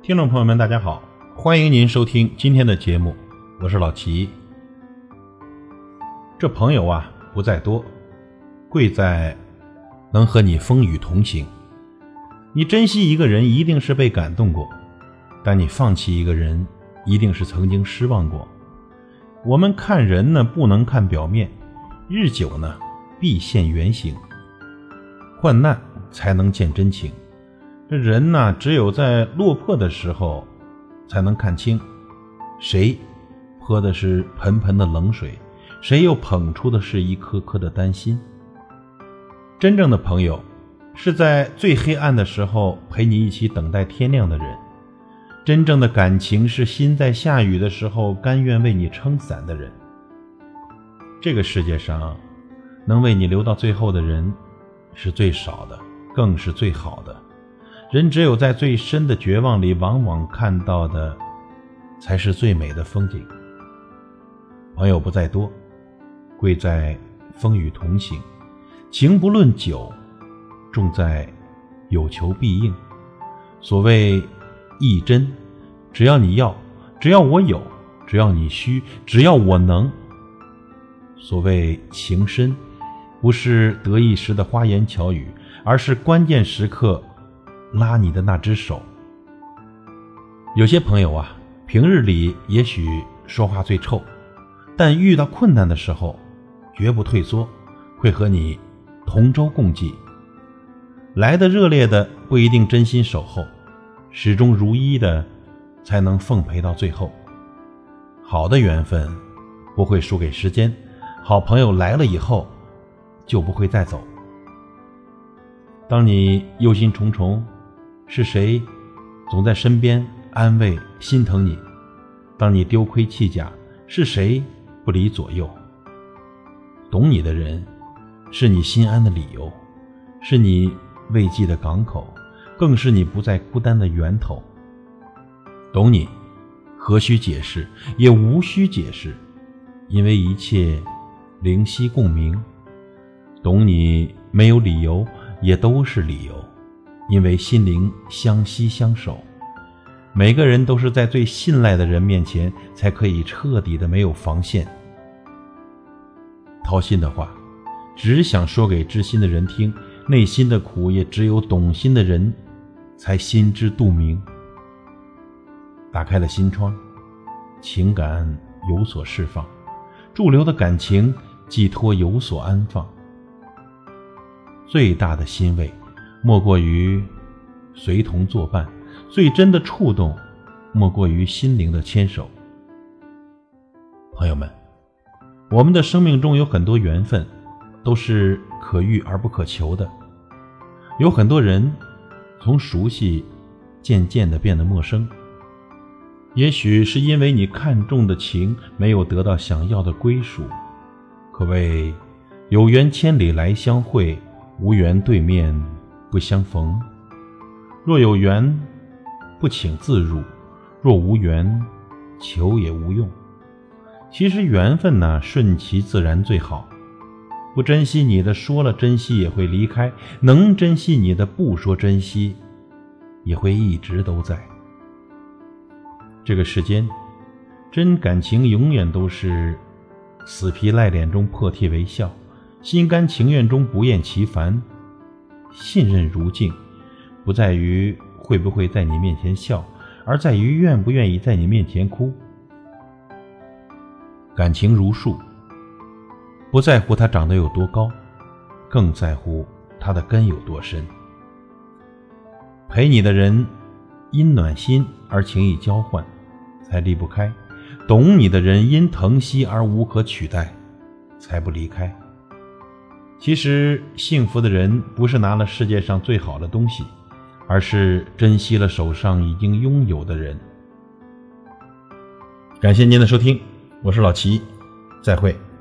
听众朋友们大家好，欢迎您收听今天的节目，我是老齐。这朋友啊不在多，贵在能和你风雨同行。你珍惜一个人一定是被感动过，但你放弃一个人一定是曾经失望过。我们看人呢不能看表面，日久呢必现原形，患难才能见真情。这人呢只有在落魄的时候才能看清，谁泼的是盆盆的冷水，谁又捧出的是一颗颗的担心。真正的朋友是在最黑暗的时候陪你一起等待天亮的人，真正的感情是心在下雨的时候甘愿为你撑伞的人。这个世界上能为你留到最后的人是最少的，更是最好的。人只有在最深的绝望里，往往看到的才是最美的风景。朋友不在多，贵在风雨同行。情不论久，重在有求必应。所谓义真，只要你要，只要我有，只要你需，只要我能。所谓情深，不是得意时的花言巧语，而是关键时刻拉你的那只手。有些朋友啊，平日里也许说话最臭，但遇到困难的时候绝不退缩，会和你同舟共济。来得热烈的不一定真心守候，始终如一的才能奉陪到最后。好的缘分不会输给时间，好朋友来了以后就不会再走。当你忧心忡忡，是谁总在身边安慰心疼你？当你丢盔弃甲，是谁不离左右？懂你的人是你心安的理由，是你慰藉的港口，更是你不再孤单的源头。懂你何须解释，也无需解释，因为一切灵犀共鸣。懂你没有理由，也都是理由，因为心灵相惜相守。每个人都是在最信赖的人面前才可以彻底的没有防线。掏心的话只想说给知心的人听，内心的苦也只有懂心的人才心知肚明。打开了心窗，情感有所释放，驻留的感情寄托有所安放。最大的欣慰莫过于随同作伴，最真的触动莫过于心灵的牵手。朋友们，我们的生命中有很多缘分都是可遇而不可求的，有很多人从熟悉渐渐地变得陌生，也许是因为你看重的情没有得到想要的归属。可谓有缘千里来相会，无缘对面不相逢。若有缘不请自入，若无缘求也无用。其实缘分呢，顺其自然最好。不珍惜你的说了珍惜也会离开，能珍惜你的不说珍惜也会一直都在。这个世间真感情永远都是死皮赖脸中破涕为笑，心甘情愿中不厌其烦。信任如镜，不在于会不会在你面前笑，而在于愿不愿意在你面前哭。感情如树，不在乎它长得有多高，更在乎它的根有多深。陪你的人因暖心而情谊交换，才离不开；懂你的人因疼惜而无可取代，才不离开。其实幸福的人不是拿了世界上最好的东西，而是珍惜了手上已经拥有的人。感谢您的收听，我是老齐，再会。